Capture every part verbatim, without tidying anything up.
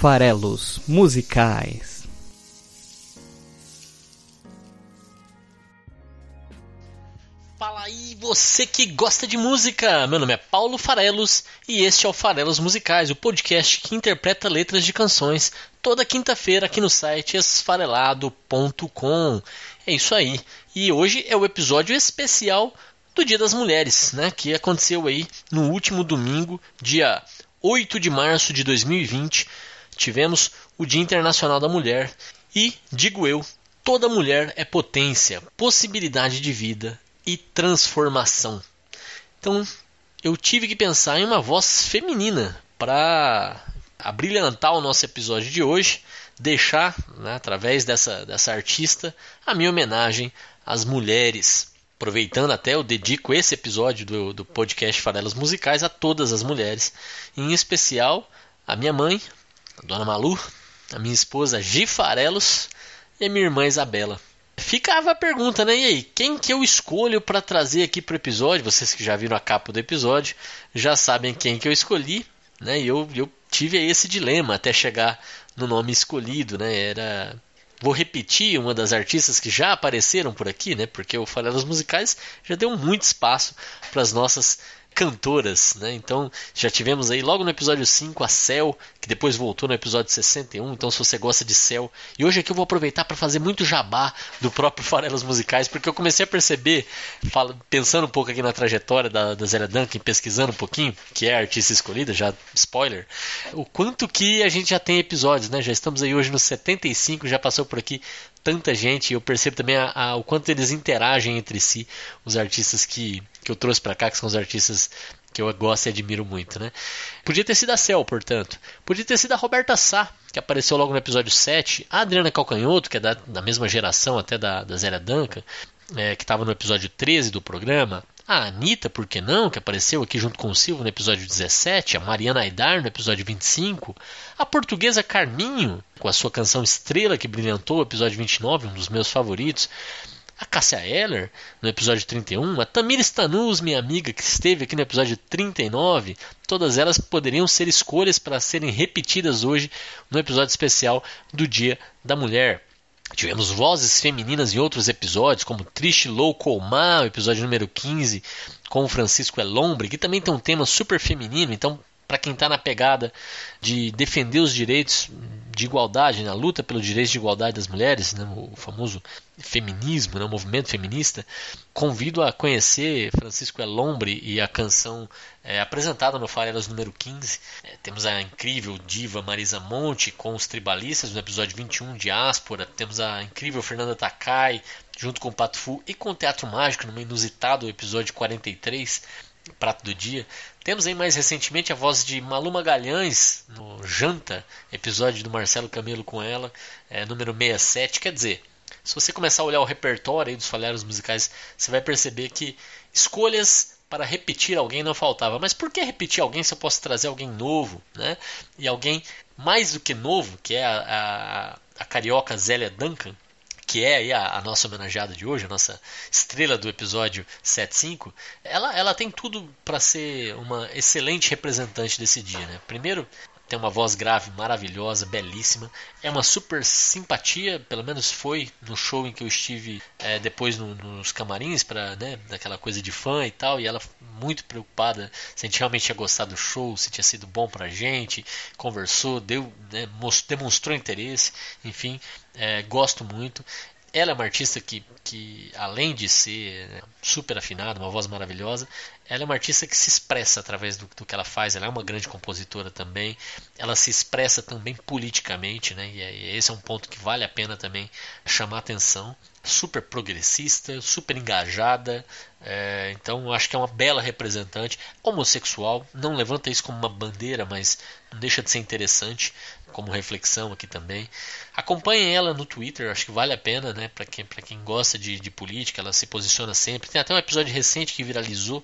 Farelos Musicais. Fala aí, você que gosta de música! Meu nome é Paulo Farelos e este é o Farelos Musicais, o podcast que interpreta letras de canções toda quinta-feira aqui no site esfarelado ponto com. É isso aí. E hoje é o episódio especial do Dia das Mulheres, né, que aconteceu aí no último domingo, dia oito de março de dois mil e vinte. Tivemos o Dia Internacional da Mulher e, digo eu, toda mulher é potência, possibilidade de vida e transformação. Então, eu tive que pensar em uma voz feminina para abrilhantar o nosso episódio de hoje, deixar, né, através dessa, dessa artista, a minha homenagem às mulheres. Aproveitando até, eu dedico esse episódio do, do podcast Farelos Musicais a todas as mulheres, em especial a minha mãe, a Dona Malu, a minha esposa Gi Farelos e a minha irmã Isabela. Ficava a pergunta, né? E aí, quem que eu escolho para trazer aqui para o episódio? Vocês que já viram a capa do episódio já sabem quem que eu escolhi, né? E eu, eu tive esse dilema até chegar no nome escolhido, né? Era... Vou repetir uma das artistas que já apareceram por aqui, né? Porque o Farelos Musicais já deu muito espaço para as nossas cantoras, né? Então já tivemos aí logo no episódio cinco a Cel, que depois voltou no episódio sessenta e um. Então se você gosta de Cel, e hoje aqui eu vou aproveitar para fazer muito jabá do próprio Farelos Musicais, porque eu comecei a perceber, falo, pensando um pouco aqui na trajetória da, da Zélia Duncan, pesquisando um pouquinho, que é a artista escolhida, já spoiler, o quanto que a gente já tem episódios, né? Já estamos aí hoje no setenta e cinco, já passou por aqui tanta gente, e eu percebo também a, a, o quanto eles interagem entre si, os artistas que, que eu trouxe para cá, que são os artistas que eu gosto e admiro muito, né? Podia ter sido a Cel, portanto. Podia ter sido a Roberta Sá, que apareceu logo no episódio sete. A Adriana Calcanhoto, que é da, da mesma geração até da, da Zélia Duncan, é, que estava no episódio treze do programa. A Anitta, por que não, que apareceu aqui junto com o Silvio no episódio dezessete. A Mariana Aidar no episódio vinte e cinco. A portuguesa Carminho, com a sua canção Estrela, que brilhantou o episódio vinte e nove, um dos meus favoritos. A Cássia Eller, no episódio trinta e um, a Tamira Stanus, minha amiga, que esteve aqui no episódio trinta e nove, todas elas poderiam ser escolhas para serem repetidas hoje no episódio especial do Dia da Mulher. Tivemos vozes femininas em outros episódios, como Triste Louco Omar, o episódio número quinze, com o Francisco Elombre, que também tem um tema super feminino, então para quem está na pegada de defender os direitos de igualdade, na luta pelos direitos de igualdade das mulheres, né, o famoso feminismo, né, o movimento feminista, convido a conhecer Francisco Elombre e a canção é, apresentada no Farelos número quinze. É, temos a incrível diva Marisa Monte com os Tribalistas no episódio vinte e um, Diáspora. Temos a incrível Fernanda Takai junto com o Pato Fu e com o Teatro Mágico no inusitado episódio quarenta e três, Prato do Dia. Temos aí mais recentemente a voz de Malu Magalhães no Janta, episódio do Marcelo Camelo com ela, é, número sessenta e sete. Quer dizer, se você começar a olhar o repertório aí dos Farelos Musicais, você vai perceber que escolhas para repetir alguém não faltava. Mas por que repetir alguém se eu posso trazer alguém novo, né? E alguém mais do que novo, que é a, a, a carioca Zélia Duncan, que é aí a, a nossa homenageada de hoje, a nossa estrela do episódio setenta e cinco, ela, ela tem tudo para ser uma excelente representante desse dia, né? Primeiro, tem uma voz grave maravilhosa, belíssima, é uma super simpatia, pelo menos foi no show em que eu estive é, depois no, nos camarins, para, né, daquela coisa de fã e tal, e ela muito preocupada se a gente realmente tinha gostado do show, se tinha sido bom pra gente, conversou, deu, né, demonstrou interesse, enfim, é, gosto muito. Ela é uma artista que, que além de ser, né, super afinada, uma voz maravilhosa, ela é uma artista que se expressa através do, do que ela faz. Ela é uma grande compositora também. Ela se expressa também politicamente, né? E é, esse é um ponto que vale a pena também chamar atenção. Super progressista, super engajada. É, então eu acho que é uma bela representante. Homossexual, não levanta isso como uma bandeira, mas não deixa de ser interessante como reflexão aqui também. Acompanhem ela no Twitter, acho que vale a pena, né? Para quem, para quem gosta de, de política, ela se posiciona sempre. Tem até um episódio recente que viralizou,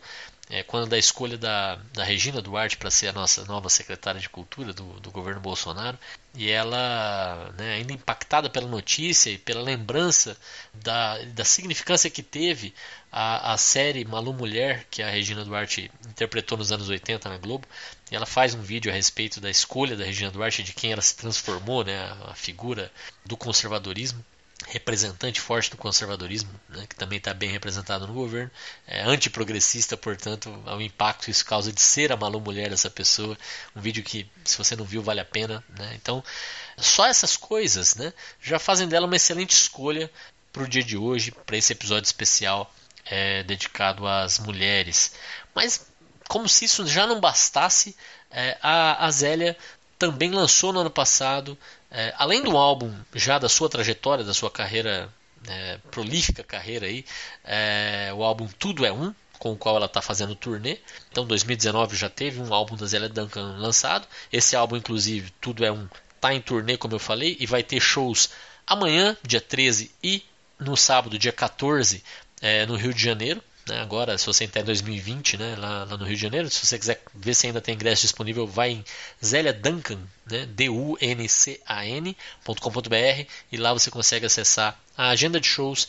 é, quando da escolha da, da Regina Duarte para ser a nossa nova secretária de Cultura do, do governo Bolsonaro, e ela, né, ainda impactada pela notícia e pela lembrança da, da significância que teve a, a série Malu Mulher, que a Regina Duarte interpretou nos anos oitenta na Globo, e ela faz um vídeo a respeito da escolha da Regina Duarte, de quem ela se transformou, né, a, a figura do conservadorismo, representante forte do conservadorismo, né, que também está bem representado no governo, é antiprogressista, portanto, ao impacto que isso causa de ser a Malu Mulher dessa pessoa, um vídeo que, se você não viu, vale a pena, né? Então, só essas coisas, né, já fazem dela uma excelente escolha para o dia de hoje, para esse episódio especial é, dedicado às mulheres. Mas, como se isso já não bastasse, é, a, a Zélia também lançou no ano passado, é, além do álbum já da sua trajetória, da sua carreira, é, prolífica carreira aí, é, o álbum Tudo é Um, com o qual ela está fazendo turnê. Então dois mil e dezenove já teve um álbum da Zélia Duncan lançado. Esse álbum, inclusive, Tudo é Um, está em turnê, como eu falei, e vai ter shows amanhã, dia treze, e no sábado, dia quatorze, é, no Rio de Janeiro. Agora, se você entrar em dois mil e vinte, né, lá, lá no Rio de Janeiro, se você quiser ver se ainda tem ingresso disponível, vai em Zélia Duncan, né, D U N C A N ponto com ponto B R, e lá você consegue acessar a agenda de shows,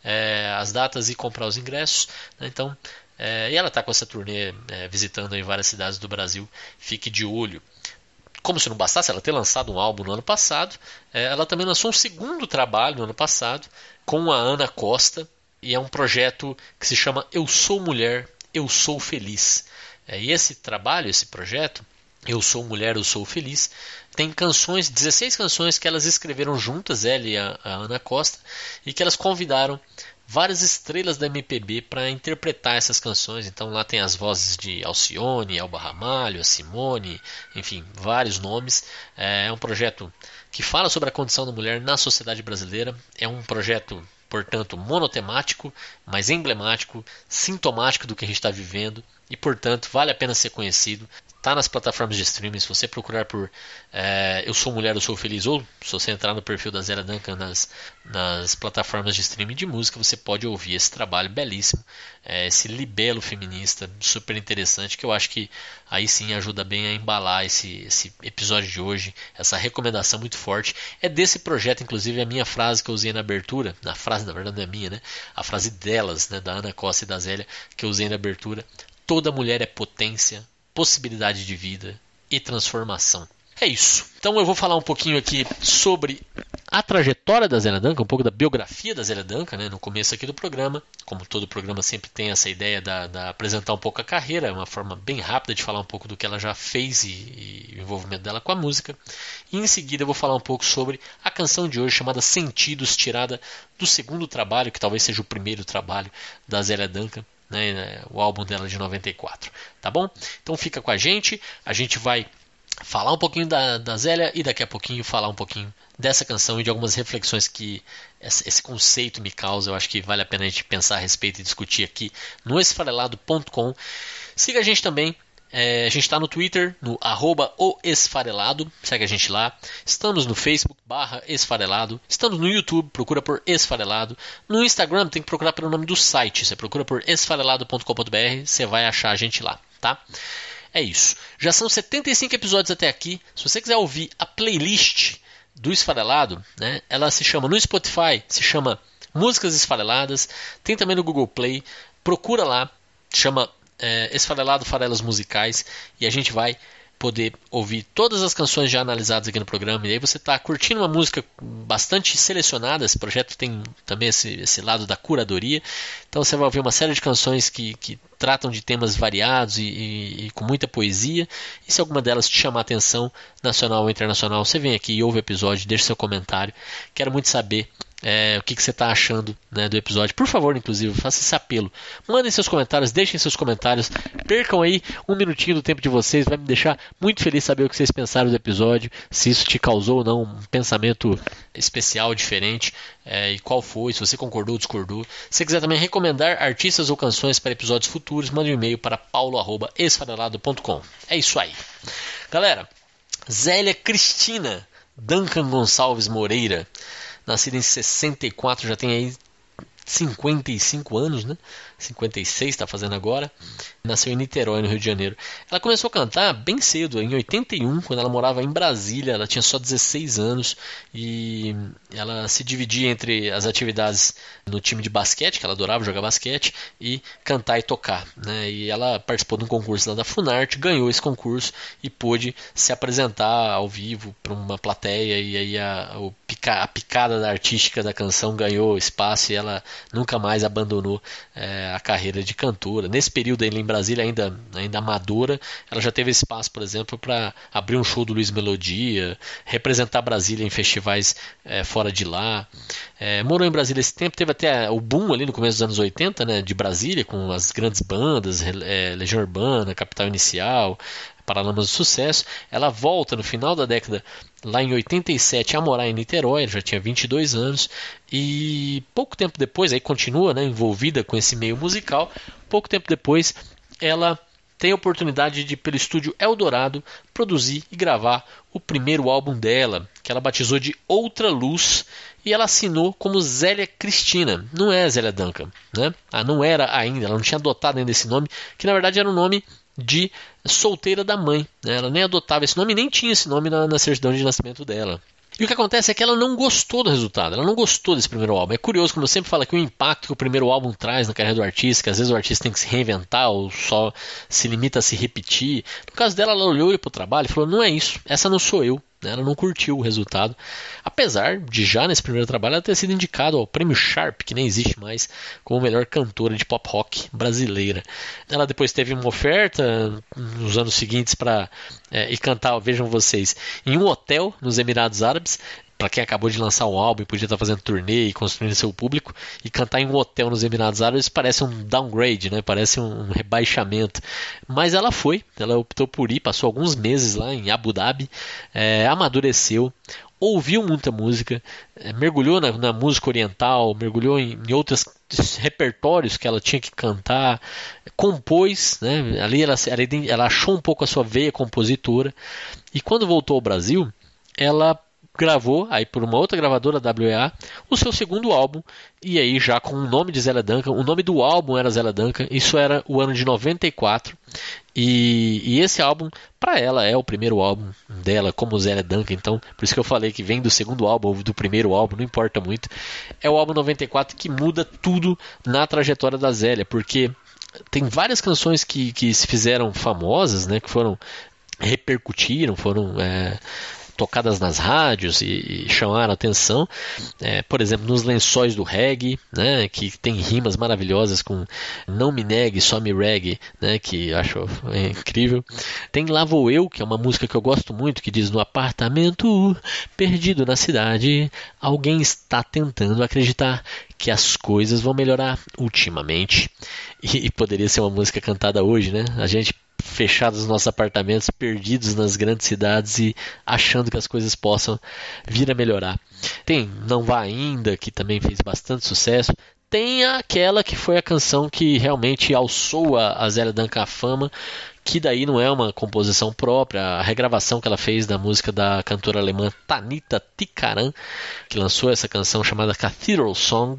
é, as datas e comprar os ingressos, né, então, é, e ela está com essa turnê é, visitando em várias cidades do Brasil, fique de olho. Como se não bastasse ela ter lançado um álbum no ano passado, é, ela também lançou um segundo trabalho no ano passado com a Ana Costa, e é um projeto que se chama Eu Sou Mulher, Eu Sou Feliz. É, e esse trabalho, esse projeto, Eu Sou Mulher, Eu Sou Feliz, tem canções, dezesseis canções que elas escreveram juntas, ela e a, a Ana Costa, e que elas convidaram várias estrelas da M P B para interpretar essas canções. Então lá tem as vozes de Alcione, Elba Ramalho, a Simone, enfim, vários nomes. É um projeto que fala sobre a condição da mulher na sociedade brasileira. É um projeto, portanto, monotemático, mas emblemático, sintomático do que a gente está vivendo e, portanto, vale a pena ser conhecido. Está nas plataformas de streaming. Se você procurar por é, Eu Sou Mulher, Eu Sou Feliz, ou se você entrar no perfil da Zélia Duncan nas, nas plataformas de streaming de música, você pode ouvir esse trabalho belíssimo, é, esse libelo feminista super interessante, que eu acho que aí sim ajuda bem a embalar esse, esse episódio de hoje, essa recomendação muito forte. É desse projeto, inclusive, a minha frase que eu usei na abertura, na frase, na verdade, não é minha, né? A frase delas, né, da Ana Costa e da Zélia, que eu usei na abertura: toda mulher é potência, possibilidade de vida e transformação. É isso. Então eu vou falar um pouquinho aqui sobre a trajetória da Zélia Duncan, um pouco da biografia da Zélia Duncan, né, no começo aqui do programa. Como todo programa sempre tem essa ideia da, da apresentar um pouco a carreira, é uma forma bem rápida de falar um pouco do que ela já fez e, e o envolvimento dela com a música. E em seguida eu vou falar um pouco sobre a canção de hoje, chamada Sentidos, tirada do segundo trabalho, que talvez seja o primeiro trabalho da Zélia Duncan, né, o álbum dela de noventa e quatro, tá bom? Então fica com a gente, a gente vai falar um pouquinho da, da Zélia e daqui a pouquinho falar um pouquinho dessa canção e de algumas reflexões que esse, esse conceito me causa. Eu acho que vale a pena a gente pensar a respeito e discutir aqui no esfarelado ponto com. Siga a gente também. É, a gente está no Twitter, no arroba o Esfarelado, segue a gente lá. Estamos no Facebook, barra Esfarelado. Estamos no YouTube, procura por Esfarelado. No Instagram tem que procurar pelo nome do site. Você procura por esfarelado ponto com ponto b r, você vai achar a gente lá, tá? É isso. Já são setenta e cinco episódios até aqui. Se você quiser ouvir a playlist do Esfarelado, né, ela se chama no Spotify, se chama Músicas Esfareladas. Tem também no Google Play. Procura lá, chama É, Esfarelado Farelas Musicais, e a gente vai poder ouvir todas as canções já analisadas aqui no programa. E aí você está curtindo uma música bastante selecionada. Esse projeto tem também esse, esse lado da curadoria, então você vai ouvir uma série de canções que, que tratam de temas variados e, e, e com muita poesia. E se alguma delas te chamar a atenção, nacional ou internacional, você vem aqui e ouve o episódio, deixa seu comentário. Quero muito saber É, o que, que você está achando, né, do episódio. Por favor, inclusive, faça esse apelo. Mandem seus comentários, deixem seus comentários. Percam aí um minutinho do tempo de vocês. Vai me deixar muito feliz saber o que vocês pensaram do episódio. Se isso te causou ou não um pensamento especial, diferente. É, e qual foi, se você concordou ou discordou. Se você quiser também recomendar artistas ou canções para episódios futuros, mande um e-mail para paulo arroba esfarelado ponto com. É isso aí. Galera, Zélia Cristina Duncan Gonçalves Moreira, nascida em sessenta e quatro, já tem aí cinquenta e cinco anos, né? cinquenta e seis está fazendo agora. Nasceu em Niterói, no Rio de Janeiro. Ela começou a cantar bem cedo, em oitenta e um, quando ela morava em Brasília. Ela tinha só dezesseis anos e ela se dividia entre as atividades no time de basquete, que ela adorava jogar basquete, e cantar e tocar, né? E ela participou de um concurso lá da Funarte, ganhou esse concurso e pôde se apresentar ao vivo para uma plateia, e aí a, o pica, a picada da artística da canção ganhou espaço e ela nunca mais abandonou é, a carreira de cantora. Nesse período aí em Brasília, ainda, ainda amadora, ela já teve espaço, por exemplo, para abrir um show do Luiz Melodia, representar Brasília em festivais é, fora de lá. É, morou em Brasília esse tempo, teve até o boom ali no começo dos anos oitenta, né, de Brasília, com as grandes bandas, é, Legião Urbana, Capital Inicial, Paralamas do Sucesso. Ela volta no final da década, lá em oitenta e sete, a morar em Niterói. Ela já tinha vinte e dois anos, e pouco tempo depois, aí continua, né, envolvida com esse meio musical. Pouco tempo depois, ela tem a oportunidade de, pelo estúdio Eldorado, produzir e gravar o primeiro álbum dela, que ela batizou de Outra Luz, e ela assinou como Zélia Cristina. Não é Zélia Duncan, né? Ah, não era ainda, ela não tinha adotado ainda esse nome, que na verdade era um nome de solteira da mãe, né? Ela nem adotava esse nome, nem tinha esse nome na, na certidão de nascimento dela. E o que acontece é que ela não gostou do resultado, ela não gostou desse primeiro álbum. É curioso, como eu sempre falo, que o impacto que o primeiro álbum traz na carreira do artista, que às vezes o artista tem que se reinventar ou só se limita a se repetir. No caso dela, ela olhou para o trabalho e falou: não é isso, essa não sou eu. Ela não curtiu o resultado, apesar de já nesse primeiro trabalho ela ter sido indicada ao Prêmio Sharp, que nem existe mais, como melhor cantora de pop rock brasileira. Ela depois teve uma oferta nos anos seguintes para é, ir cantar, vejam vocês, em um hotel nos Emirados Árabes. Para quem acabou de lançar um álbum e podia estar fazendo turnê e construindo seu público, e cantar em um hotel nos Emirados Árabes parece um downgrade, né? Parece um rebaixamento. Mas ela foi, ela optou por ir, passou alguns meses lá em Abu Dhabi, é, amadureceu, ouviu muita música, é, mergulhou na, na música oriental, mergulhou em, em outros repertórios que ela tinha que cantar, compôs, né? Ali ela, ela, ela achou um pouco a sua veia compositora, e quando voltou ao Brasil, ela gravou, aí por uma outra gravadora, a W E A, o seu segundo álbum, e aí já com o nome de Zélia Duncan. O nome do álbum era Zélia Duncan, isso era o ano de noventa e quatro, e, e esse álbum, para ela, é o primeiro álbum dela como Zélia Duncan. Então, por isso que eu falei que vem do segundo álbum ou do primeiro álbum, não importa muito. É o álbum noventa e quatro que muda tudo na trajetória da Zélia, porque tem várias canções que, que se fizeram famosas, né, que foram, repercutiram, foram é, tocadas nas rádios e, e chamaram atenção, é, por exemplo, nos Lençóis do Reggae, né, que tem rimas maravilhosas com Não Me Negue, Só Me Reggae, né, que acho é, incrível. Tem Lá Vou Eu, que é uma música que eu gosto muito, que diz: no apartamento perdido na cidade, alguém está tentando acreditar que as coisas vão melhorar ultimamente. E, e poderia ser uma música cantada hoje, né? A gente fechados nos nossos apartamentos, perdidos nas grandes cidades e achando que as coisas possam vir a melhorar. Tem Não Vá Ainda, que também fez bastante sucesso. Tem aquela que foi a canção que realmente alçou a, a Zélia Duncan à fama, que daí não é uma composição própria, a regravação que ela fez da música da cantora alemã Tanita Tikaram, que lançou essa canção chamada Cathedral Song,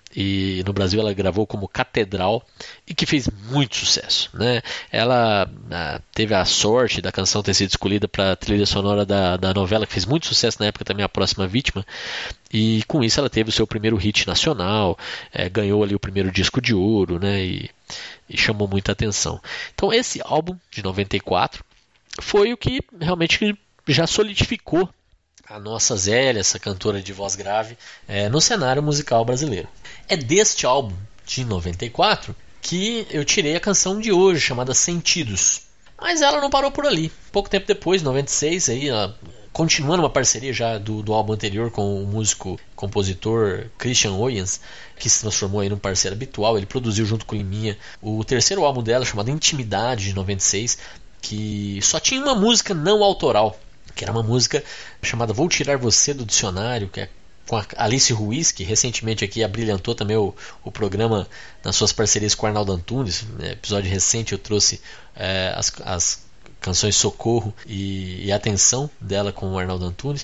e no Brasil ela gravou como Catedral, e que fez muito sucesso, né? Ela ah, teve a sorte da canção ter sido escolhida para a trilha sonora da, da novela, que fez muito sucesso na época também, A Próxima Vítima, e com isso ela teve o seu primeiro hit nacional, é, ganhou ali o primeiro disco de ouro, né? E, e chamou muita atenção. Então esse álbum de noventa e quatro foi o que realmente já solidificou a nossa Zélia, essa cantora de voz grave, é, no cenário musical brasileiro. É deste álbum de noventa e quatro que eu tirei a canção de hoje, chamada Sentidos. Mas ela não parou por ali. Pouco tempo depois, em noventa e seis, aí, ela, continuando uma parceria já do, do álbum anterior com o músico compositor Christian Oyens, que se transformou aí num parceiro habitual. Ele produziu junto com o Liminha o terceiro álbum dela, chamado Intimidade, de noventa e seis, que só tinha uma música não autoral, que era uma música chamada Vou Tirar Você do Dicionário, que é com a Alice Ruiz, que recentemente aqui abrilhantou também o, o programa nas suas parcerias com o Arnaldo Antunes. No episódio recente eu trouxe é, as, as canções Socorro e, e Atenção dela com o Arnaldo Antunes.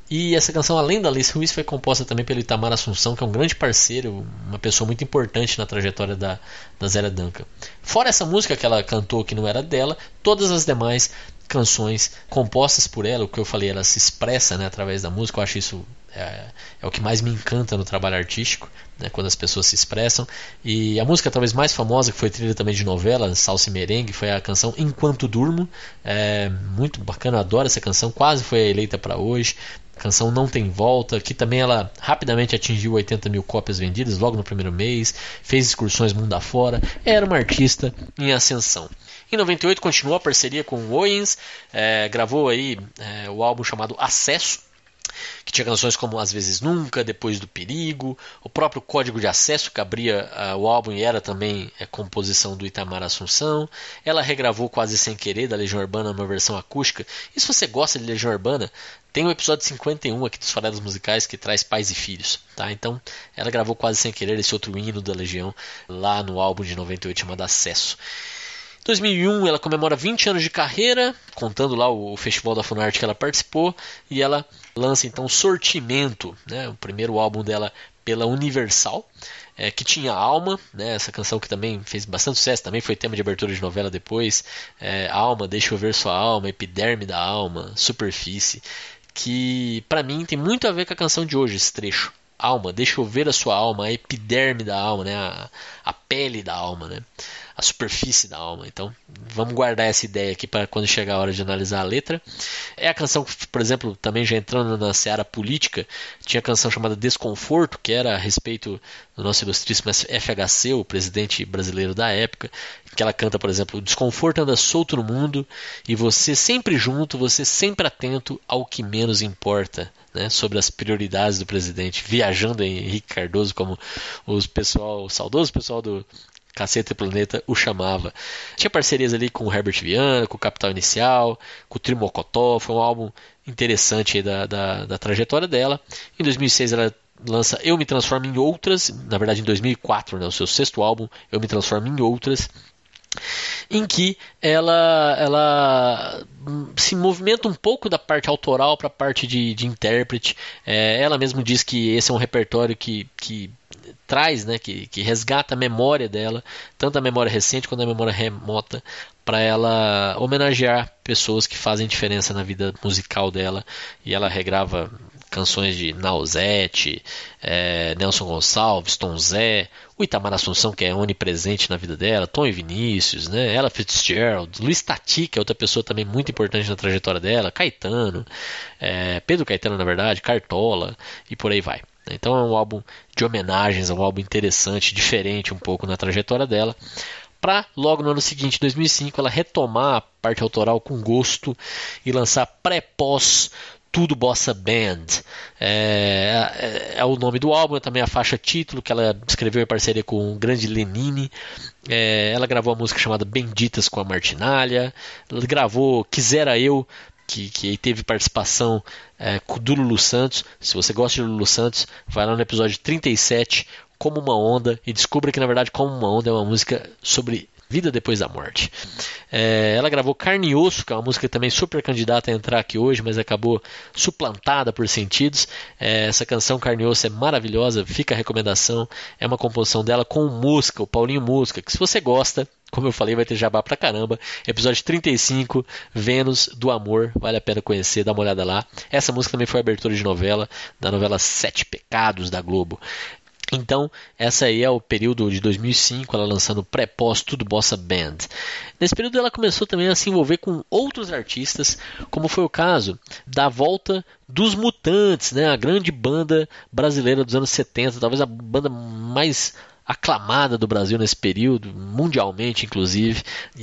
E essa canção, além da Alice Ruiz, foi composta também pelo Itamar Assunção, que é um grande parceiro, uma pessoa muito importante na trajetória da, da Zélia Duncan. Fora essa música que ela cantou que não era dela, todas as demais canções compostas por ela, o que eu falei, ela se expressa, né, através da música. Eu acho isso é, é o que mais me encanta no trabalho artístico, né, quando as pessoas se expressam. E a música talvez mais famosa, que foi trilha também de novela, Salsa e Merengue, foi a canção Enquanto Durmo. É muito bacana, eu adoro essa canção, quase foi eleita para hoje. A canção Não Tem Volta, que também ela rapidamente atingiu oitenta mil cópias vendidas logo no primeiro mês, fez excursões mundo afora, era uma artista em ascensão. Em noventa e oito continuou a parceria com o Owens, é, gravou aí é, o álbum chamado Acesso, que tinha canções como Às Vezes Nunca, Depois do Perigo, o próprio Código de Acesso, que abria uh, o álbum e era também é, composição do Itamar Assunção. Ela regravou Quase Sem Querer, da Legião Urbana, numa versão acústica. E se você gosta de Legião Urbana, tem o episódio cinquenta e um aqui dos Farelos Musicais que traz Pais e Filhos. Tá? Então ela gravou Quase Sem Querer, esse outro hino da Legião, lá no álbum de noventa e oito chamado Acesso. Em dois mil e um ela comemora vinte anos de carreira, contando lá o festival da Funarte que ela participou, e ela lança então Sortimento, né, o primeiro álbum dela pela Universal, é, que tinha Alma, né, essa canção que também fez bastante sucesso, também foi tema de abertura de novela depois, é, Alma, Deixa Eu Ver Sua Alma, Epiderme da Alma, Superfície, que pra mim tem muito a ver com a canção de hoje, esse trecho. Alma, deixa eu ver a sua alma, a epiderme da alma, né? a, a pele da alma, né? A superfície da alma. Então, vamos guardar essa ideia aqui para quando chegar a hora de analisar a letra. É a canção que, por exemplo, também já entrando na seara política, tinha a canção chamada Desconforto, que era a respeito do nosso ilustríssimo F H C, o presidente brasileiro da época, que ela canta, por exemplo, o desconforto anda solto no mundo e você sempre junto, você sempre atento ao que menos importa. Né, sobre as prioridades do presidente, viajando em Henrique Cardoso, como os pessoal, o saudoso pessoal do Caceta e Planeta o chamava. Tinha parcerias ali com o Herbert Viana, com o Capital Inicial, com o Trimocotó. Foi um álbum interessante da, da, da trajetória dela. Em dois mil e seis ela lança Eu Me Transformo em Outras, na verdade em dois mil e quatro, né, o seu sexto álbum, Eu Me Transformo em Outras, em que ela, ela se movimenta um pouco da parte autoral para a parte de, de intérprete. É, ela mesma diz que esse é um repertório que, que traz, né, que, que resgata a memória dela, tanto a memória recente quanto a memória remota, para ela homenagear pessoas que fazem diferença na vida musical dela. E ela regrava canções de Nausete, é, Nelson Gonçalves, Tom Zé, o Itamar Assunção, que é onipresente na vida dela, Tom e Vinícius, né, Ella Fitzgerald, Luiz Tati, que é outra pessoa também muito importante na trajetória dela, Caetano, é, Pedro Caetano, na verdade, Cartola, e por aí vai. Então é um álbum de homenagens, é um álbum interessante, diferente um pouco na trajetória dela, para logo no ano seguinte, dois mil e cinco, ela retomar a parte autoral com gosto e lançar pré-pós Tudo Bossa Band. É, é, é o nome do álbum, é também a faixa título que ela escreveu em parceria com o grande Lenine. É, ela gravou a música chamada Benditas com a Martinália, ela gravou Quisera Eu, que, que teve participação é, do Lulu Santos. Se você gosta de Lulu Santos, vai lá no episódio trinta e sete, Como Uma Onda, e descubra que na verdade Como Uma Onda é uma música sobre vida depois da morte. É, ela gravou Carne e Osso, que é uma música também super candidata a entrar aqui hoje, mas acabou suplantada por Sentidos. É, essa canção Carne e Osso é maravilhosa, fica a recomendação. É uma composição dela com o Musca, o Paulinho Musca, que se você gosta, como eu falei, vai ter jabá pra caramba. Episódio trinta e cinco, Vênus do Amor, vale a pena conhecer, dá uma olhada lá. Essa música também foi abertura de novela, da novela Sete Pecados da Globo. Então, essa aí é o período de dois mil e cinco, ela lançando pré-pós Tudo Bossa Band. Nesse período ela começou também a se envolver com outros artistas, como foi o caso da volta dos Mutantes, né? A grande banda brasileira dos anos setenta, talvez a banda mais aclamada do Brasil nesse período, mundialmente inclusive,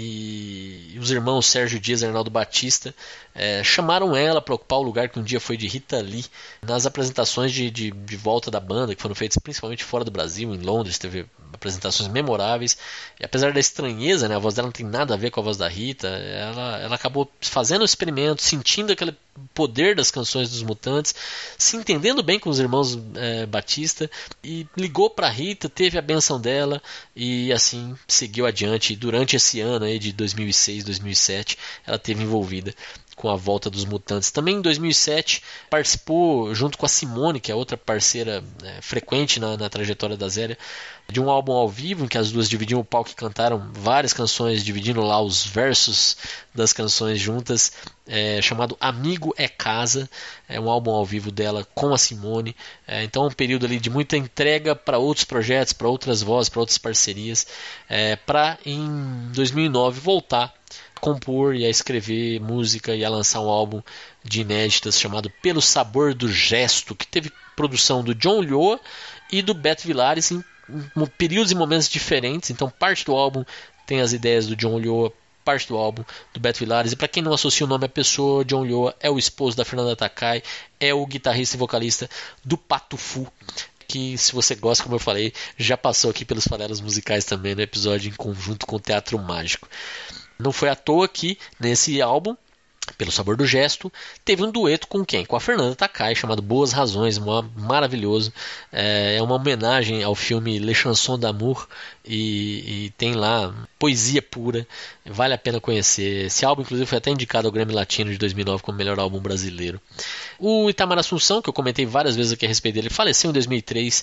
e os irmãos Sérgio Dias e Arnaldo Batista é, chamaram ela para ocupar o lugar que um dia foi de Rita Lee nas apresentações de, de, de volta da banda, que foram feitas principalmente fora do Brasil, em Londres, teve apresentações memoráveis, e apesar da estranheza, né, a voz dela não tem nada a ver com a voz da Rita, ela, ela acabou fazendo o experimento, sentindo aquele poder das canções dos Mutantes, se entendendo bem com os irmãos é, Batista, e ligou para Rita, teve a benção dela, e assim seguiu adiante. E durante esse ano aí de dois mil e seis, dois mil e sete, ela esteve envolvida com a volta dos Mutantes. Também em dois mil e sete participou, junto com a Simone, que é outra parceira é, frequente na, na trajetória da Zélia, de um álbum ao vivo, em que as duas dividiam o palco e cantaram várias canções, dividindo lá os versos das canções juntas, é, chamado Amigo é Casa. É um álbum ao vivo dela com a Simone. É, então é um período ali de muita entrega para outros projetos, para outras vozes, para outras parcerias, é, para em dois mil e nove voltar a compor e a escrever música e a lançar um álbum de inéditas chamado Pelo Sabor do Gesto, que teve produção do John Ulloa e do Beto Vilares em, em períodos e momentos diferentes. Então parte do álbum tem as ideias do John Ulloa, parte do álbum do Beto Vilares. E para quem não associa o nome à pessoa, John Ulloa é o esposo da Fernanda Takai, é o guitarrista e vocalista do Pato Fu, que, se você gosta, como eu falei, já passou aqui pelos Farelos Musicais também no episódio em conjunto com o Teatro Mágico. Não foi à toa que nesse álbum, Pelo Sabor do Gesto, teve um dueto com quem? Com a Fernanda Takai, chamado Boas Razões, uma, maravilhoso. É, é uma homenagem ao filme Le Chanson d'Amour e, e tem lá poesia pura, vale a pena conhecer. Esse álbum, inclusive, foi até indicado ao Grammy Latino de dois mil e nove como melhor álbum brasileiro. O Itamar Assunção, que eu comentei várias vezes aqui a respeito dele, faleceu em dois mil e três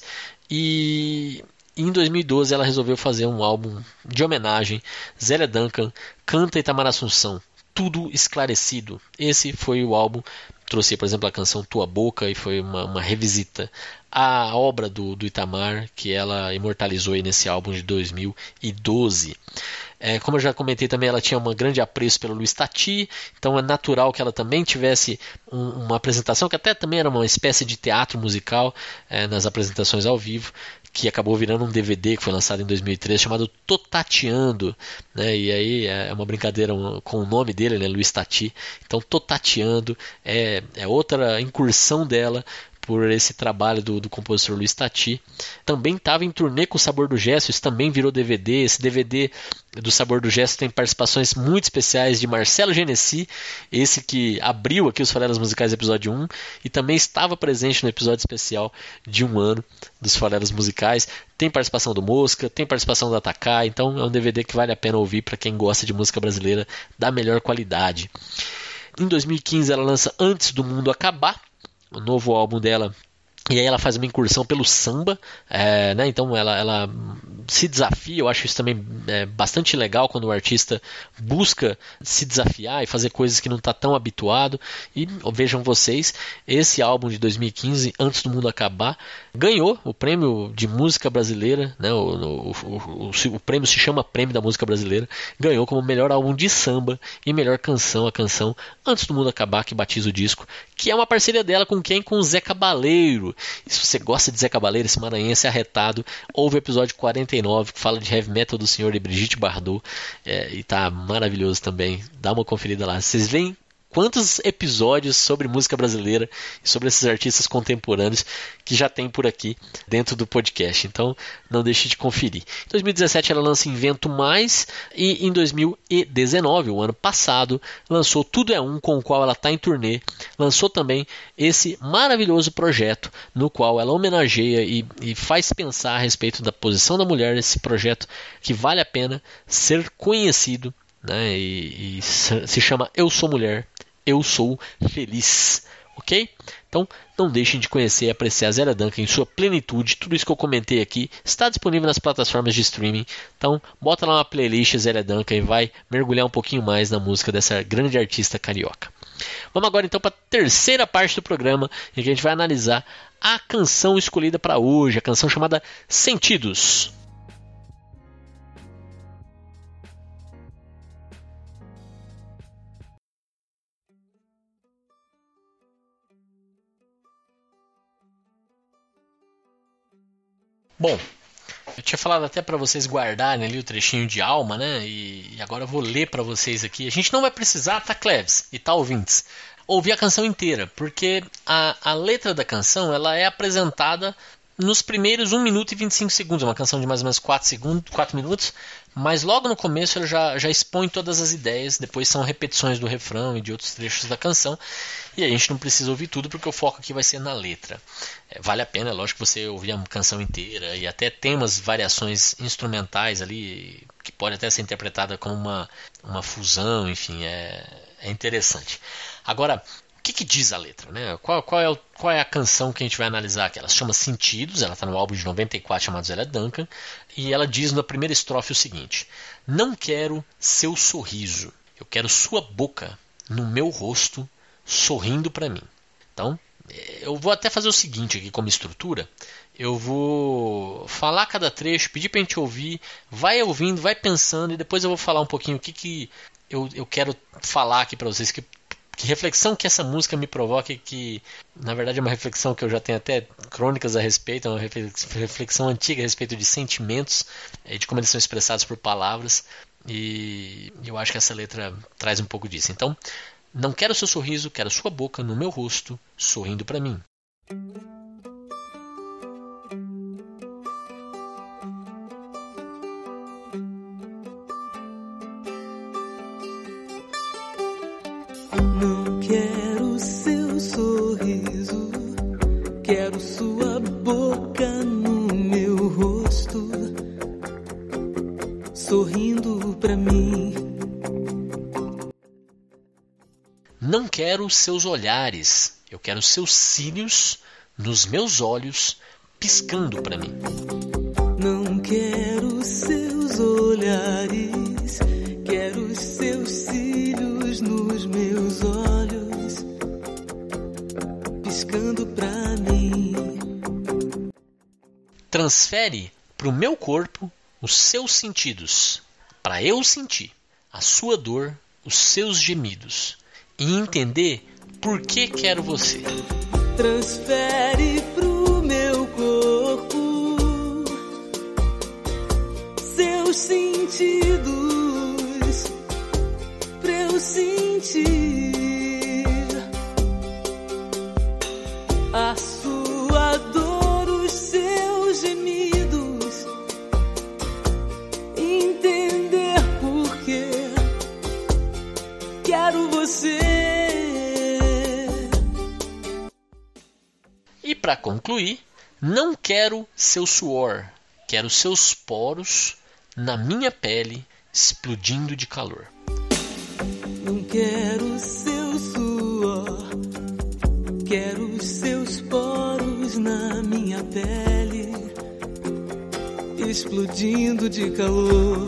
e... em dois mil e doze ela resolveu fazer um álbum de homenagem. Zélia Duncan canta Itamar Assunção, Tudo Esclarecido. Esse foi o álbum. Trouxe, por exemplo, a canção Tua Boca, e foi uma, uma revisita à obra do, do Itamar, que ela imortalizou aí nesse álbum de dois mil e doze. É, como eu já comentei também, ela tinha um grande apreço pelo Luiz Tati, então é natural que ela também tivesse um, uma apresentação, que até também era uma espécie de teatro musical, é, nas apresentações ao vivo, que acabou virando um D V D que foi lançado em dois mil e três, chamado Totateando, né? E aí é uma brincadeira com o nome dele, né? Luiz Tati. Então Totateando é, é outra incursão dela por esse trabalho do, do compositor Luiz Tati. Também estava em turnê com o Sabor do Gesto, isso também virou D V D. Esse D V D do Sabor do Gesto tem participações muito especiais de Marcelo Genesi, esse que abriu aqui os Farelos Musicais episódio um, e também estava presente no episódio especial de um ano dos Farelos Musicais. Tem participação do Mosca, tem participação da Takai, então é um D V D que vale a pena ouvir para quem gosta de música brasileira da melhor qualidade. Em dois mil e quinze ela lança Antes do Mundo Acabar, o novo álbum dela, e aí ela faz uma incursão pelo samba, é, né? Então ela, ela se desafia. Eu acho isso também é, bastante legal, quando o artista busca se desafiar e fazer coisas que não está tão habituado. E vejam vocês, esse álbum de dois mil e quinze, Antes do Mundo Acabar, ganhou o prêmio de música brasileira, né? o, o, o, o, o prêmio se chama Prêmio da Música Brasileira, ganhou como melhor álbum de samba e melhor canção, a canção Antes do Mundo Acabar, que batiza o disco, que é uma parceria dela com quem? Com o Zé Cabaleiro. E se você gosta de Zé Cabaleiro, esse maranhense arretado, ouve o episódio quarenta e nove, que fala de heavy metal do senhor e Brigitte Bardot, é, e tá maravilhoso também. Dá uma conferida lá. Vocês veem quantos episódios sobre música brasileira e sobre esses artistas contemporâneos que já tem por aqui dentro do podcast. Então não deixe de conferir. Em dois mil e dezessete ela lança Invento Mais, e em dois mil e dezenove, o ano passado, lançou Tudo é Um, com o qual ela está em turnê. Lançou também esse maravilhoso projeto no qual ela homenageia e, e faz pensar a respeito da posição da mulher, esse projeto que vale a pena ser conhecido, né? E, e se chama Eu Sou Mulher, Eu Sou Feliz, ok? Então não deixem de conhecer e apreciar a Zélia Duncan em sua plenitude. Tudo isso que eu comentei aqui está disponível nas plataformas de streaming. Então bota lá uma playlist Zélia Duncan e vai mergulhar um pouquinho mais na música dessa grande artista carioca. Vamos agora então para a terceira parte do programa, em que a gente vai analisar a canção escolhida para hoje, a canção chamada Sentidos. Bom, eu tinha falado até para vocês guardarem ali o trechinho de alma, né? E, e agora eu vou ler para vocês aqui. A gente não vai precisar, tá, Cleves e tá, ouvintes, ouvir a canção inteira, porque a, a letra da canção ela é apresentada nos primeiros um minuto e vinte e cinco segundos, uma canção de mais ou menos quatro segundos, quatro minutos, mas logo no começo ele já, já expõe todas as ideias, depois são repetições do refrão e de outros trechos da canção, e a gente não precisa ouvir tudo porque o foco aqui vai ser na letra. É, vale a pena, lógico, você ouvir a canção inteira, e até tem umas variações instrumentais ali, que pode até ser interpretada como uma, uma fusão, enfim, é, é interessante. Agora, o que, que diz a letra, né? Qual, qual, é o, qual é a canção que a gente vai analisar aqui? Ela se chama Sentidos, ela está no álbum de noventa e quatro chamado Zélia Duncan, e ela diz na primeira estrofe o seguinte: não quero seu sorriso, eu quero sua boca no meu rosto, sorrindo para mim. Então, eu vou até fazer o seguinte aqui como estrutura, eu vou falar cada trecho, pedir para a gente ouvir, vai ouvindo, vai pensando, e depois eu vou falar um pouquinho o que, que eu, eu quero falar aqui para vocês, que Que reflexão que essa música me provoca, que na verdade é uma reflexão que eu já tenho até crônicas a respeito, é uma reflexão antiga a respeito de sentimentos, de como eles são expressados por palavras, e eu acho que essa letra traz um pouco disso. Então, não quero seu sorriso, quero sua boca no meu rosto, sorrindo para mim. Não quero seu sorriso, quero sua boca no meu rosto, sorrindo pra mim. Não quero seus olhares, eu quero seus cílios nos meus olhos, piscando pra mim. Não quero seus olhares, quero seus cílios nos meus olhos, piscando pra mim. Transfere pro meu corpo os seus sentidos, para eu sentir a sua dor, os seus gemidos, e entender por que quero você. Transfere pro meu corpo seus sentidos, pra eu sentir a sua dor, os seus gemidos, entender por que quero você. E para concluir, não quero seu suor, quero seus poros na minha pele explodindo de calor. Não quero seu suor, quero seus poros na minha pele explodindo de calor.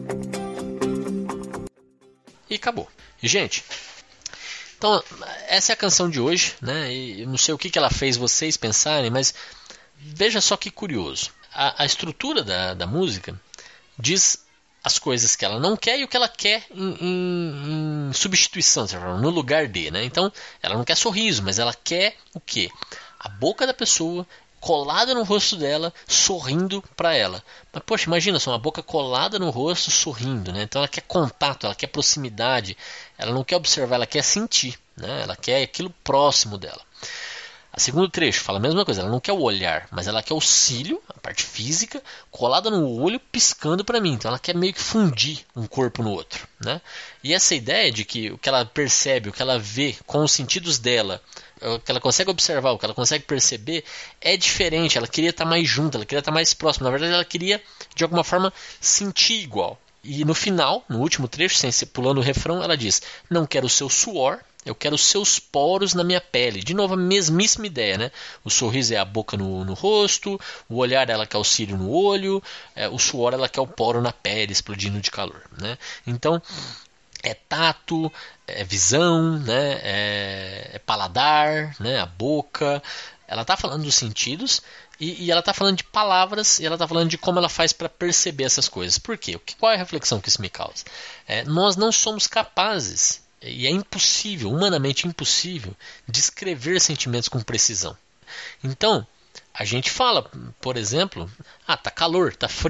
E acabou. Gente, então essa é a canção de hoje, né? E eu não sei o que, que ela fez vocês pensarem, mas veja só que curioso. A, a estrutura da, da música diz as coisas que ela não quer e o que ela quer em, em, em substituição, no lugar de, né? Então, ela não quer sorriso, mas ela quer o quê? A boca da pessoa colada no rosto dela, sorrindo para ela. Mas, poxa, imagina só, uma boca colada no rosto, sorrindo, né? Então ela quer contato, ela quer proximidade, ela não quer observar, ela quer sentir, né? Ela quer aquilo próximo dela. A segundo trecho fala a mesma coisa, ela não quer o olhar, mas ela quer o cílio, a parte física, colada no olho, piscando para mim. Então ela quer meio que fundir um corpo no outro, né? E essa ideia de que o que ela percebe, o que ela vê com os sentidos dela, o que ela consegue observar, o que ela consegue perceber, é diferente. Ela queria estar mais junto, ela queria estar mais próxima. Na verdade, ela queria, de alguma forma, sentir igual. E no final, no último trecho, sem ser pulando o refrão, ela diz: não quero o seu suor, eu quero os seus poros na minha pele. De novo, a mesmíssima ideia, né? O sorriso é a boca no, no rosto, o olhar ela quer o cílio no olho, é, o suor ela quer o poro na pele, explodindo de calor, né? Então, é tato, é visão, né? é, é paladar, né? A boca. Ela está falando dos sentidos e, e ela está falando de palavras e ela está falando de como ela faz para perceber essas coisas. Por quê? Qual é a reflexão que isso me causa? É, nós não somos capazes, e é impossível, humanamente impossível, descrever sentimentos com precisão. Então, a gente fala, por exemplo, ah, tá calor, tá frio.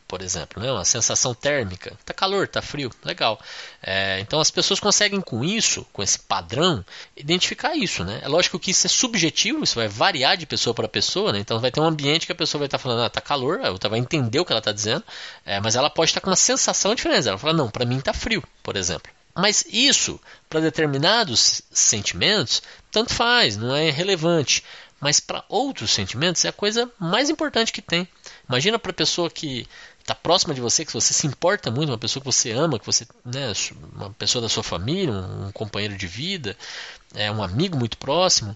por exemplo, né? Uma sensação térmica. Tá calor, tá frio, legal. É, então as pessoas conseguem com isso, com esse padrão, identificar isso, né? É lógico que isso é subjetivo, isso vai variar de pessoa para pessoa, né? Então vai ter um ambiente que a pessoa vai estar falando, ah, tá calor, a outra vai entender o que ela está dizendo, é, mas ela pode estar com uma sensação diferente. Ela fala, não, para mim tá frio, por exemplo. Mas isso, para determinados sentimentos, tanto faz, não é relevante. Mas para outros sentimentos é a coisa mais importante que tem. Imagina para a pessoa que está próxima de você, que você se importa muito, uma pessoa que você ama, que você, né, uma pessoa da sua família, um companheiro de vida, é um amigo muito próximo,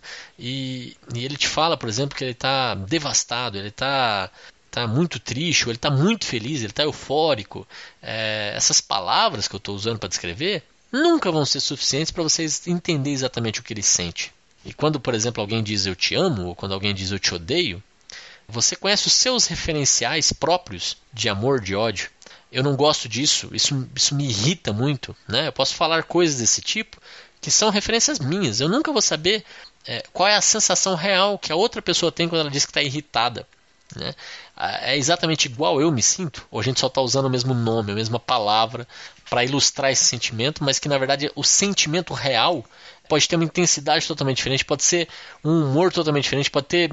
e, e ele te fala, por exemplo, que ele está devastado, ele está tá muito triste, ou ele está muito feliz, ele está eufórico. É, essas palavras que eu estou usando para descrever nunca vão ser suficientes para vocês entenderem exatamente o que ele sente. E quando, por exemplo, alguém diz eu te amo, ou quando alguém diz eu te odeio, você conhece os seus referenciais próprios de amor, de ódio. Eu não gosto disso, isso, isso me irrita muito, né? Eu posso falar coisas desse tipo que são referências minhas. Eu nunca vou saber é, qual é a sensação real que a outra pessoa tem quando ela diz que está irritada, né? É exatamente igual eu me sinto, ou a gente só está usando o mesmo nome, a mesma palavra para ilustrar esse sentimento, mas que na verdade o sentimento real pode ter uma intensidade totalmente diferente, pode ser um humor totalmente diferente, pode ter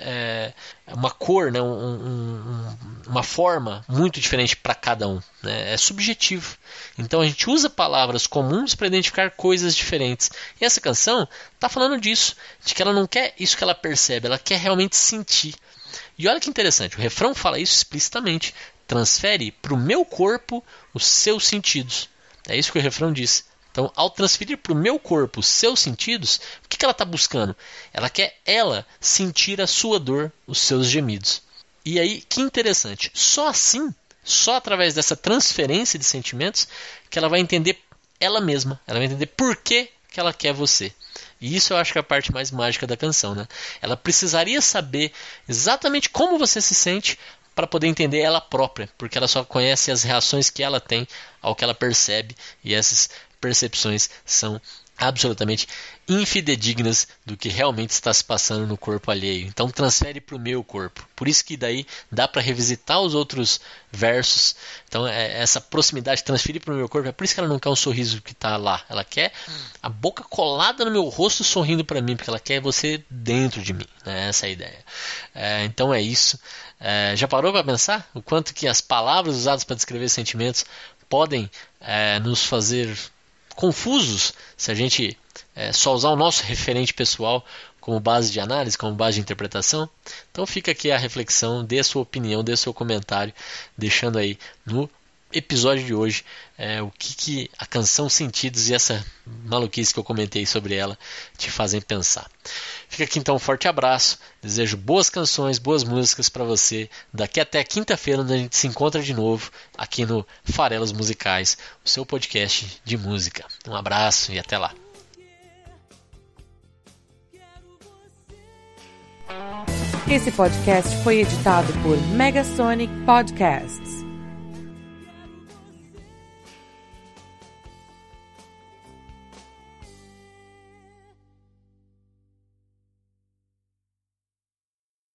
é, é, uma cor, né, um, um, uma forma muito diferente para cada um, né? É subjetivo. Então a gente usa palavras comuns para identificar coisas diferentes. E essa canção está falando disso, de que ela não quer isso que ela percebe, ela quer realmente sentir. E olha que interessante, o refrão fala isso explicitamente. Transfere para o meu corpo os seus sentidos. É isso que o refrão diz. Então, ao transferir para o meu corpo os seus sentidos, o que, que ela está buscando? Ela quer ela sentir a sua dor, os seus gemidos. E aí, que interessante. Só assim, só através dessa transferência de sentimentos, que ela vai entender ela mesma. Ela vai entender por que, que ela quer você. E isso eu acho que é a parte mais mágica da canção, né? Ela precisaria saber exatamente como você se sente para poder entender ela própria, porque ela só conhece as reações que ela tem ao que ela percebe, e essas percepções são absolutamente infidedignas do que realmente está se passando no corpo alheio. Então transfere para o meu corpo. Por isso que daí dá para revisitar os outros versos. Então é essa proximidade, transferir para o meu corpo. É por isso que ela não quer um sorriso que está lá. Ela quer a boca colada no meu rosto sorrindo para mim, porque ela quer você dentro de mim, né? Essa é a ideia. É, então é isso. É, já parou para pensar o quanto que as palavras usadas para descrever sentimentos podem é, nos fazer confusos se a gente é, só usar o nosso referente pessoal como base de análise, como base de interpretação? Então fica aqui a reflexão, dê a sua opinião, dê o seu comentário, deixando aí no episódio de hoje é, o que, que a canção Sentidos e essa maluquice que eu comentei sobre ela te fazem pensar. Fica aqui então um forte abraço, desejo boas canções, boas músicas para você, daqui até quinta-feira, onde a gente se encontra de novo aqui no Farelos Musicais, o seu podcast de música. Um abraço e até lá. Esse podcast foi editado por Megasonic Podcasts.